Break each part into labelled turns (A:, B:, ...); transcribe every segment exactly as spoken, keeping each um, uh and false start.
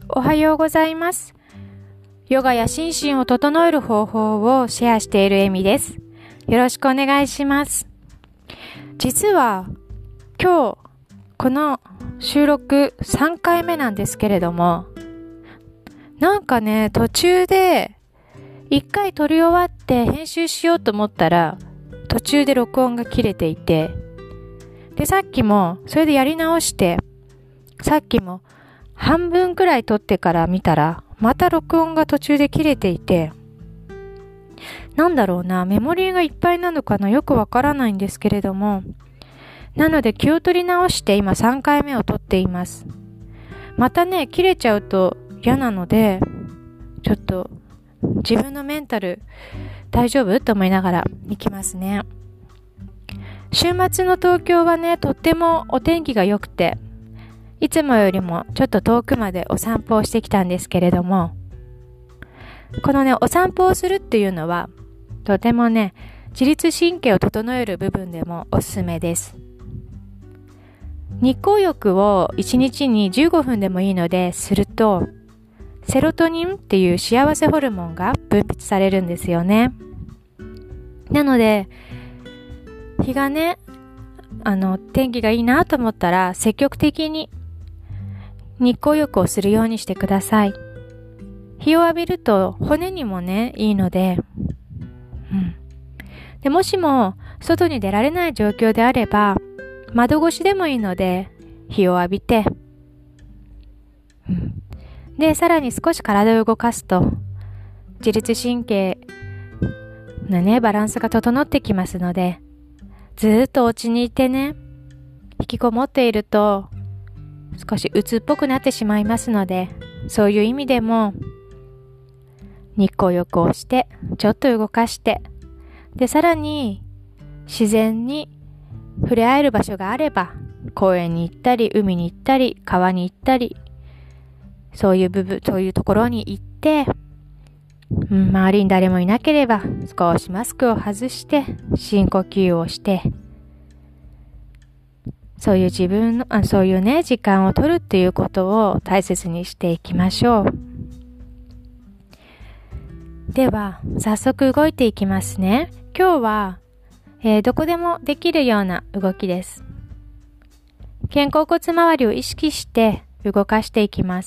A: おはようございます。ヨガや心身を整える方法をシェアしているエミです。よろしくお願いします。実は今日この収録さんかいめなんですけれども、なんかね途中でいっかい撮り終わって編集しようと思ったら途中で録音が切れていて、でさっきもそれでやり直して、さっきも半分くらい撮ってから見たらまた録音が途中で切れていて、なんだろうな、メモリーがいっぱいなのかな、よくわからないんですけれども、なので気を取り直して今さんかいめを撮っています。またね切れちゃうと嫌なので、ちょっと自分のメンタル大丈夫と思いながら行きますね。週末の東京はねとってもお天気が良くて、いつもよりもちょっと遠くまでお散歩をしてきたんですけれども、このねお散歩をするっていうのはとてもね自律神経を整える部分でもおすすめです。日光浴をいちにちにじゅうごふんでもいいのですると、セロトニンっていう幸せホルモンが分泌されるんですよね。なので日がねあの天気がいいなと思ったら積極的に日光浴をするようにしてください。日を浴びると骨にもねいいので、うん、でもしも外に出られない状況であれば窓越しでもいいので日を浴びて、うん、でさらに少し体を動かすと自律神経のねバランスが整ってきますので、ずーっとお家にいてね引きこもっていると少し鬱っぽくなってしまいますので、そういう意味でも日光浴をしてちょっと動かして、でさらに自然に触れ合える場所があれば公園に行ったり海に行ったり川に行ったり、そういう部分そういうところに行って、うん、周りに誰もいなければ少しマスクを外して深呼吸をして、そういう自分のあそういうね時間を取るっていうことを大切にしていきましょう。では早速動いていきますね。今日は、えー、どこでもできるような動きです。肩甲骨周りを意識して動かしていきます。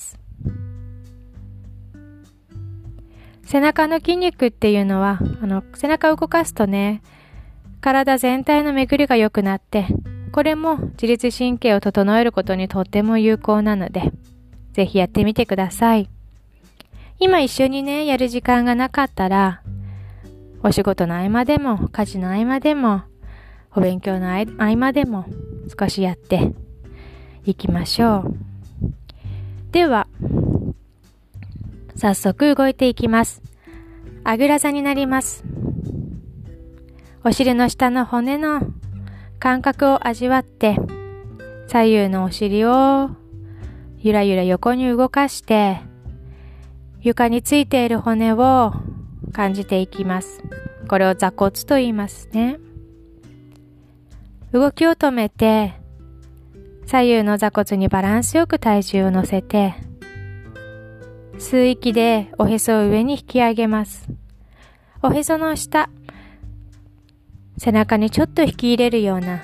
A: 背中の筋肉っていうのはあの背中を動かすとね体全体の巡りが良くなって、これも自律神経を整えることにとっても有効なので、ぜひやってみてください。今一緒にねやる時間がなかったら、お仕事の合間でも家事の合間でもお勉強の合間でも少しやっていきましょう。では早速動いていきます。あぐら座になります。お尻の下の骨の感覚を味わって、左右のお尻をゆらゆら横に動かして、床についている骨を感じていきます。これを座骨と言いますね。動きを止めて、左右の座骨にバランスよく体重を乗せて、吸う息でおへそを上に引き上げます。おへその下、背中にちょっと引き入れるような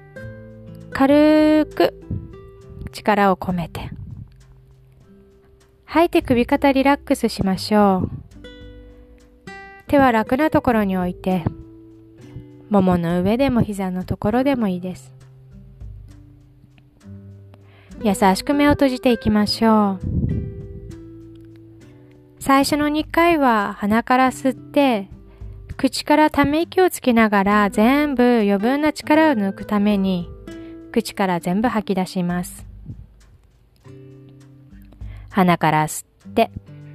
A: 軽く力を込めて、吐いて首肩リラックスしましょう。手は楽なところに置いて、ももの上でも膝のところでもいいです。優しく目を閉じていきましょう。最初のにかいは鼻から吸って、口からため息をつきながら全部余分な力を抜くために口から全部吐き出します。鼻から吸って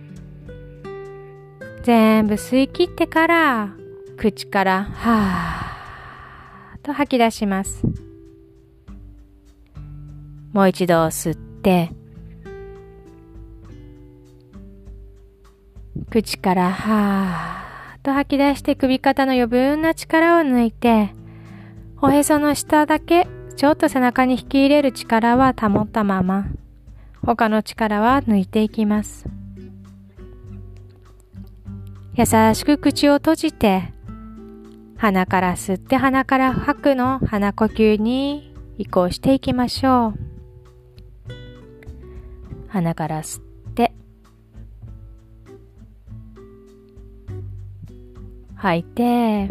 A: 全部吸い切ってから口からはーっと吐き出します。もう一度吸って口からはーと吐き出して、首肩の余分な力を抜いて、おへその下だけちょっと背中に引き入れる力は保ったまま、 他の力は抜いていきます。優しく口を閉じて、鼻から吸って鼻から吐くの鼻呼吸に移行していきましょう。鼻から吸って、吐いて、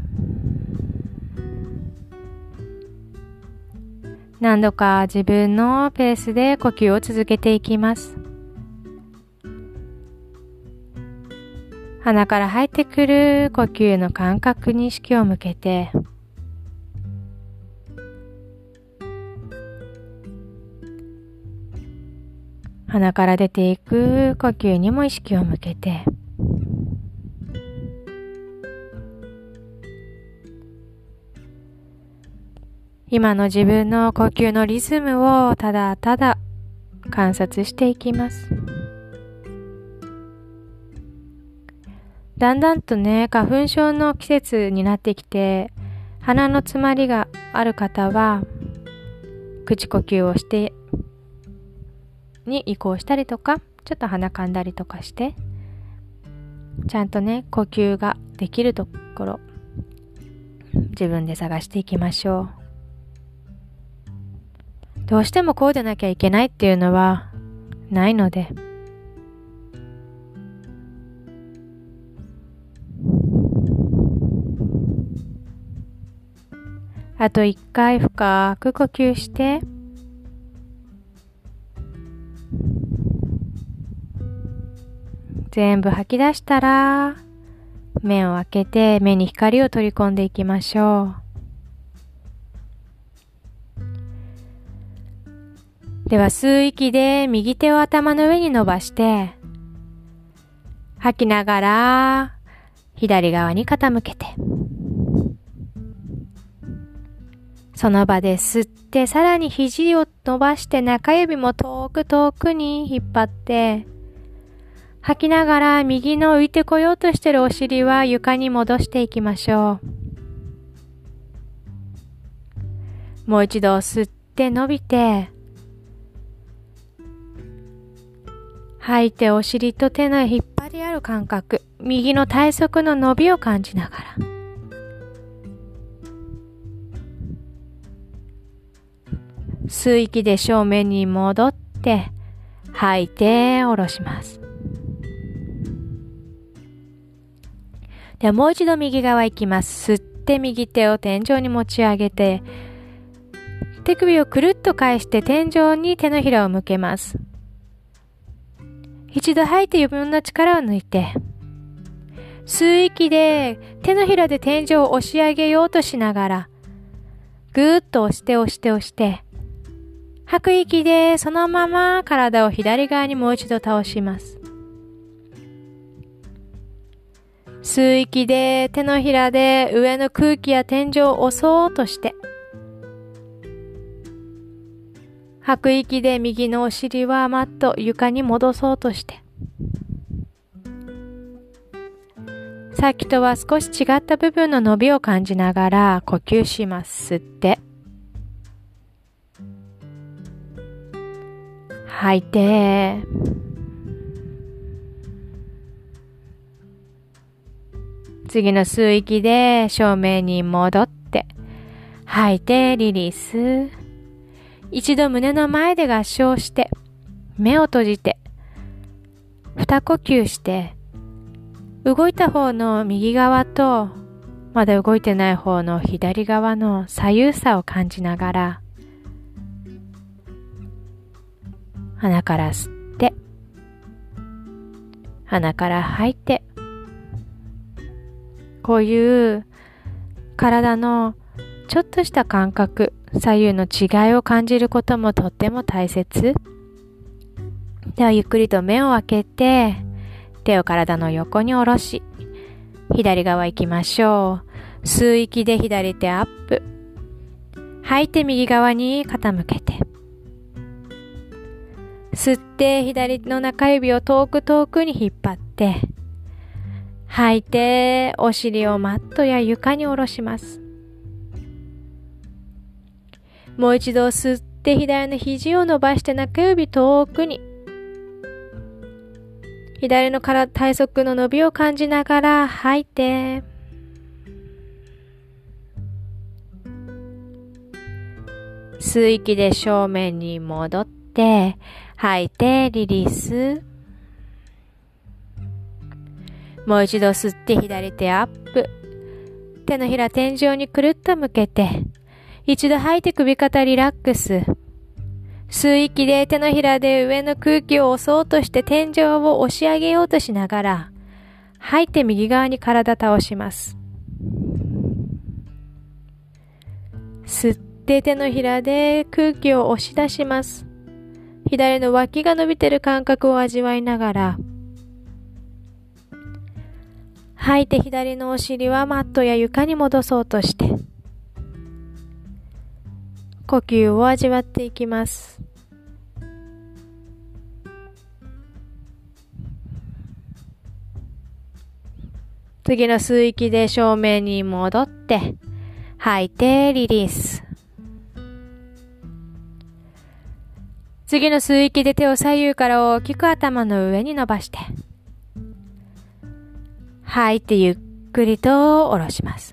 A: 何度か自分のペースで呼吸を続けていきます。鼻から入ってくる呼吸の感覚に意識を向けて、鼻から出ていく呼吸にも意識を向けて、今の自分の呼吸のリズムをただただ観察していきます。だんだんとね、花粉症の季節になってきて、鼻の詰まりがある方は、口呼吸をして、に移行したりとか、ちょっと鼻噛んだりとかして、ちゃんとね、呼吸ができるところ、自分で探していきましょう。どうしてもこうでなきゃいけないっていうのはないので、あと一回深く呼吸して、全部吐き出したら、目を開けて目に光を取り込んでいきましょう。では吸う息で右手を頭の上に伸ばして、吐きながら左側に傾けて、その場で吸ってさらに肘を伸ばして中指も遠く遠くに引っ張って、吐きながら右の浮いてこようとしているお尻は床に戻していきましょう。もう一度吸って伸びて、吐いてお尻と手の引っ張り合う感覚、右の体側の伸びを感じながら、吸う息で正面に戻って、吐いて下ろします。ではもう一度右側行きます。吸って右手を天井に持ち上げて、手首をくるっと返して天井に手のひらを向けます。一度吐いて余分な力を抜いて、吸う息で手のひらで天井を押し上げようとしながら、ぐーっと押して押して押して、吐く息でそのまま体を左側にもう一度倒します。吸う息で手のひらで上の空気や天井を押そうとして、吐く息で右のお尻はマット床に戻そうとして、さっきとは少し違った部分の伸びを感じながら呼吸します。吸って、吐いて、次の吸う息で正面に戻って、吐いてリリース。一度胸の前で合掌して、目を閉じて、二呼吸して、動いた方の右側と、まだ動いてない方の左側の左右差を感じながら、鼻から吸って、鼻から吐いて、こういう体のちょっとした感覚、左右の違いを感じることもとっても大切。ではゆっくりと目を開けて、手を体の横に下ろし、左側行きましょう。吸う息で左手アップ。吐いて右側に傾けて。吸って左の中指を遠く遠くに引っ張って、吐いてお尻をマットや床に下ろします。もう一度吸って左の肘を伸ばして中指遠くに。 左の体、体側の伸びを感じながら吐いて、吸う息で正面に戻って、吐いてリリース。もう一度吸って左手アップ。手のひら天井にくるっと向けて、一度吐いて首肩リラックス。吸う息で手のひらで上の空気を押そうとして天井を押し上げようとしながら、吐いて右側に体倒します。吸って手のひらで空気を押し出します。左の脇が伸びてる感覚を味わいながら、吐いて左のお尻はマットや床に戻そうとして、呼吸を味わっていきます。次の吸う息で正面に戻って、吐いてリリース。次の吸う息で手を左右から大きく頭の上に伸ばして、吐いてゆっくりと下ろします。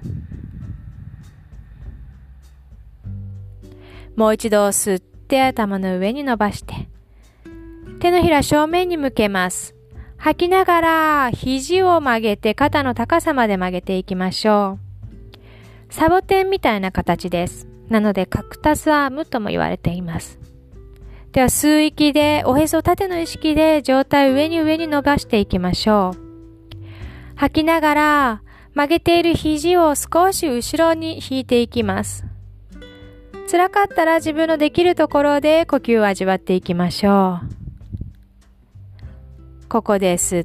A: もう一度吸って頭の上に伸ばして、手のひら正面に向けます。吐きながら肘を曲げて肩の高さまで曲げていきましょう。サボテンみたいな形です。なのでカクタスアームとも言われています。では吸う息でおへそ縦の意識で上体上に上に伸ばしていきましょう。吐きながら曲げている肘を少し後ろに引いていきます。辛かったら自分のできるところで呼吸を味わっていきましょう。ここで吸って、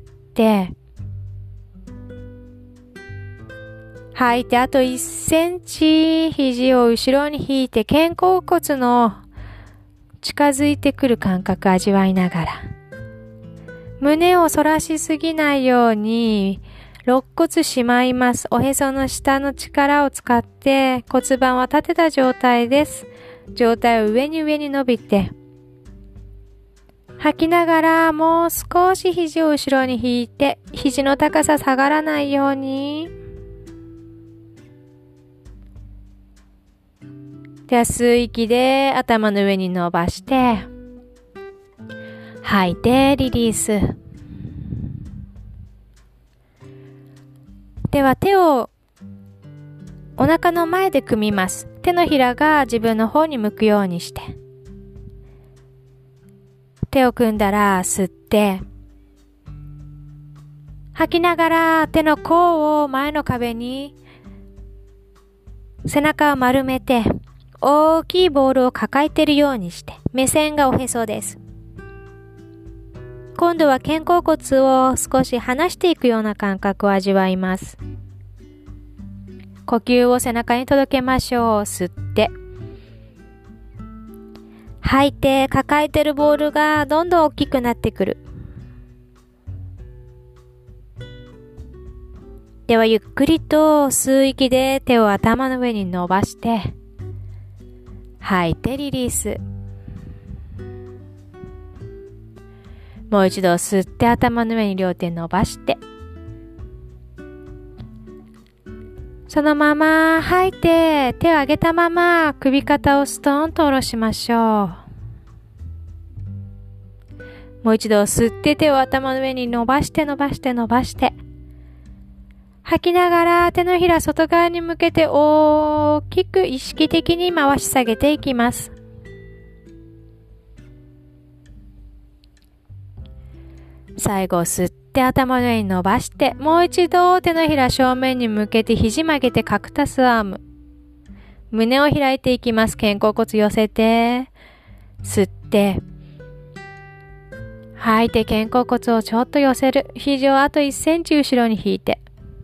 A: 吐いてあといっセンチ肘を後ろに引いて肩甲骨の近づいてくる感覚味わいながら、胸を反らしすぎないように肋骨しまいます。おへその下の力を使って骨盤は立てた状態です。上体を上に上に伸びて、吐きながらもう少し肘を後ろに引いて、肘の高さ下がらないように。では吸う息で頭の上に伸ばして、吐いてリリース。では手をお腹の前で組みます。手のひらが自分の方に向くようにして。手を組んだら吸って、吐きながら手の甲を前の壁に、背中を丸めて、大きいボールを抱えているようにして、目線がおへそです。今度は肩甲骨を少し離していくような感覚を味わいます。呼吸を背中に届けましょう。吸って。吐いて抱えてるボールがどんどん大きくなってくる。ではゆっくりと吸う息で手を頭の上に伸ばして、吐いてリリース。もう一度吸って頭の上に両手伸ばして、そのまま吐いて手を上げたまま首肩をストーンと下ろしましょう。もう一度吸って手を頭の上に伸ばして伸ばして伸ばして、吐きながら手のひら外側に向けて大きく意識的に回し下げていきます。最後吸って頭の上に伸ばして、もう一度手のひら正面に向けて肘曲げてカクタスアーム。胸を開いていきます。肩甲骨寄せて、吸って、吐いて肩甲骨をちょっと寄せる。肘をあといっセンチ後ろに引いて、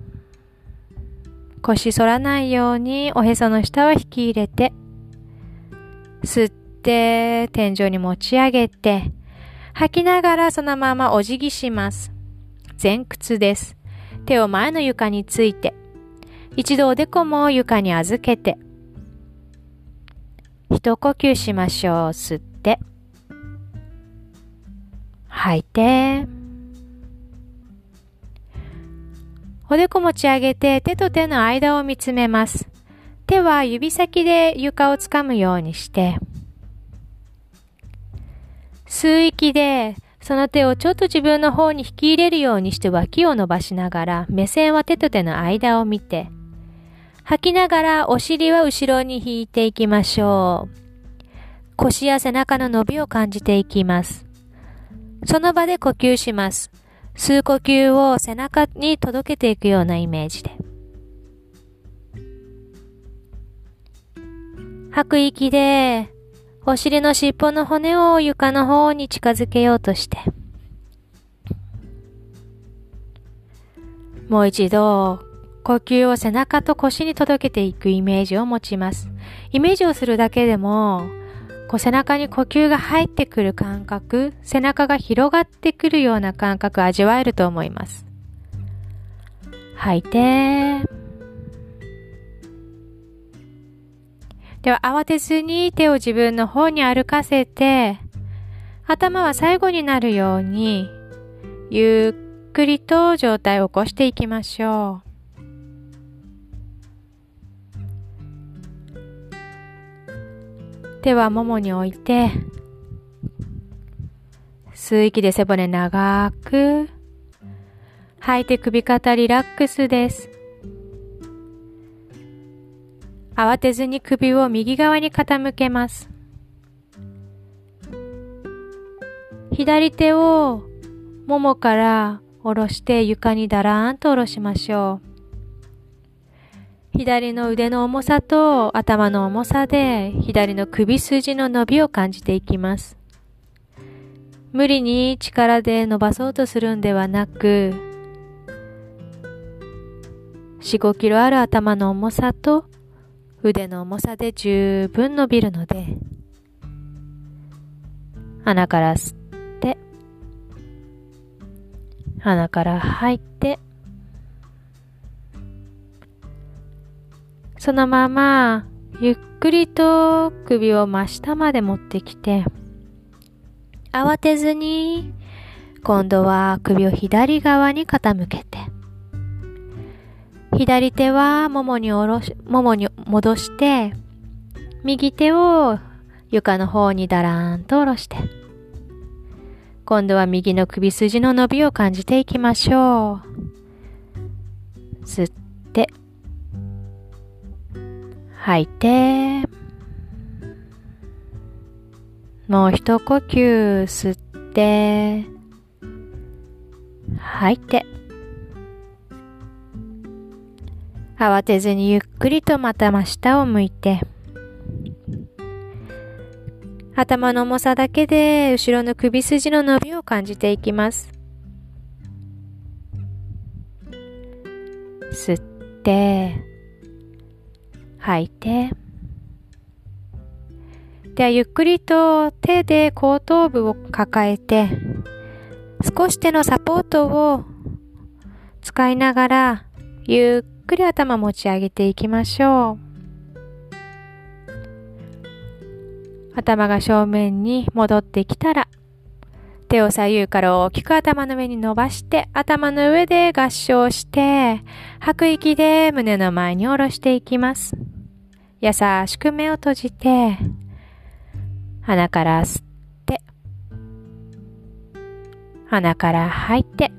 A: 腰反らないようにおへその下は引き入れて、吸って天井に持ち上げて、吐きながらそのままお辞儀します。前屈です。手を前の床について、一度おでこも床に預けて、一呼吸しましょう。吸って、吐いて、 おでこ持ち上げて手と手の間を見つめます。手は指先で床をつかむようにして、吸う息でその手をちょっと自分の方に引き入れるようにして脇を伸ばしながら、目線は手と手の間を見て、吐きながらお尻は後ろに引いていきましょう。腰や背中の伸びを感じていきます。その場で呼吸します。吸う呼吸を背中に届けていくようなイメージで。吐く息で、お尻の尻尾の骨を床の方に近づけようとして。もう一度、呼吸を背中と腰に届けていくイメージを持ちます。イメージをするだけでも、こう背中に呼吸が入ってくる感覚、背中が広がってくるような感覚を味わえると思います。吐いて、では慌てずに手を自分の方に歩かせて、頭は最後になるように、ゆっくりと上体を起こしていきましょう。手はももに置いて、吸う息で背骨長く、吐いて首肩リラックスです。慌てずに首を右側に傾けます。左手をももから下ろして床にだらーんと下ろしましょう。左の腕の重さと頭の重さで左の首筋の伸びを感じていきます。無理に力で伸ばそうとするんではなく、よん、ごキロある頭の重さと腕の重さで十分伸びるので、鼻から吸って、鼻から吐いて、そのままゆっくりと首を真下まで持ってきて、慌てずに今度は首を左側に傾けて、左手はももに下ろし、ももに戻して、右手を床の方にだらーんと下ろして、今度は右の首筋の伸びを感じていきましょう。吸って、吐いて、もう一呼吸吸って、吐いて、慌てずにゆっくりとまた真下を向いて、頭の重さだけで後ろの首筋の伸びを感じていきます。吸って、吐いて、ではゆっくりと手で後頭部を抱えて、少し手のサポートを使いながらゆっゆっくり頭持ち上げていきましょう。頭が正面に戻ってきたら、手を左右から大きく頭の上に伸ばして、頭の上で合掌して、吐く息で胸の前に下ろしていきます。優しく目を閉じて、鼻から吸って、鼻から吐いて、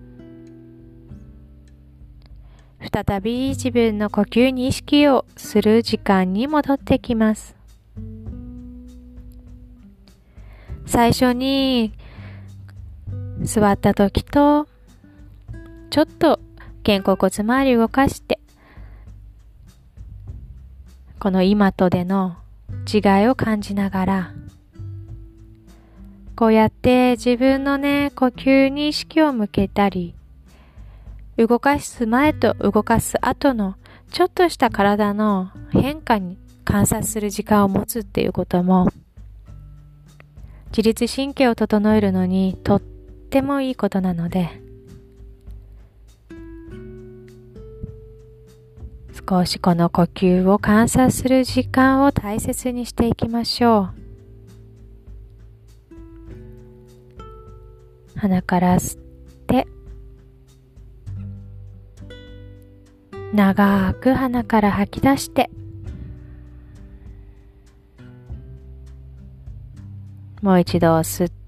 A: 再び自分の呼吸に意識をする時間に戻ってきます。最初に座った時とちょっと肩甲骨周り動かして、この今とでの違いを感じながら、こうやって自分のね、呼吸に意識を向けたり、動かす前と動かす後のちょっとした体の変化に観察する時間を持つっていうことも、自律神経を整えるのにとってもいいことなので、少しこの呼吸を観察する時間を大切にしていきましょう。鼻から吸って、 長く鼻から吐き出して、もう一度吸って、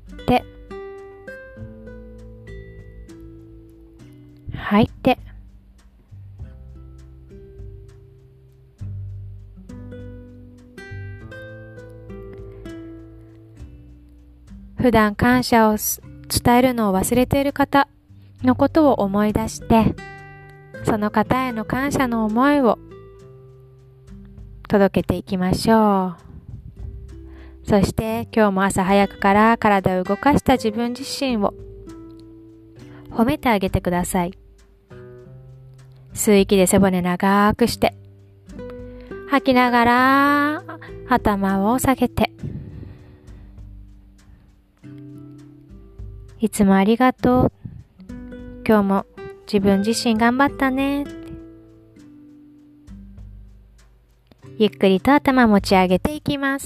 A: 吐いて、普段感謝を伝えるのを忘れている方のことを思い出して、その方への感謝の思いを届けていきましょう。そして今日も朝早くから体を動かした自分自身を褒めてあげてください。吸う息で背骨長くして、吐きながら頭を下げて、いつもありがとう。今日も自分自身頑張ったね。ゆっくりと頭持ち上げていきます。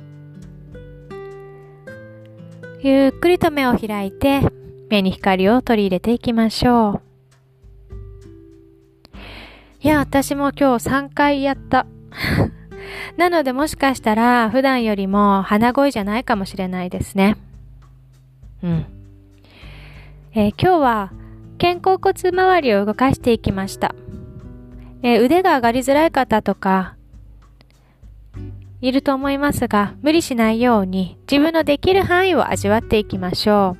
A: ゆっくりと目を開いて、目に光を取り入れていきましょう。いや、私も今日さんかいやった。なのでもしかしたら普段よりも鼻声じゃないかもしれないですね。うん。えー、今日は肩甲骨周りを動かしていきました。えー、腕が上がりづらい方とかいると思いますが、無理しないように自分のできる範囲を味わっていきましょ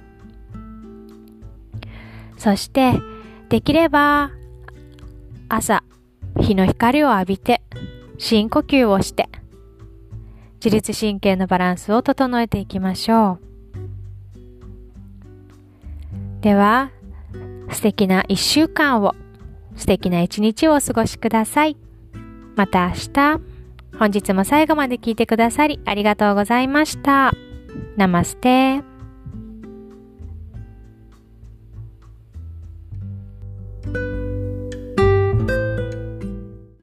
A: う。そしてできれば朝日の光を浴びて深呼吸をして自律神経のバランスを整えていきましょう。では素敵な一週間を、素敵な一日をお過ごしください。また明日。本日も最後まで聞いてくださりありがとうございました。ナマステ。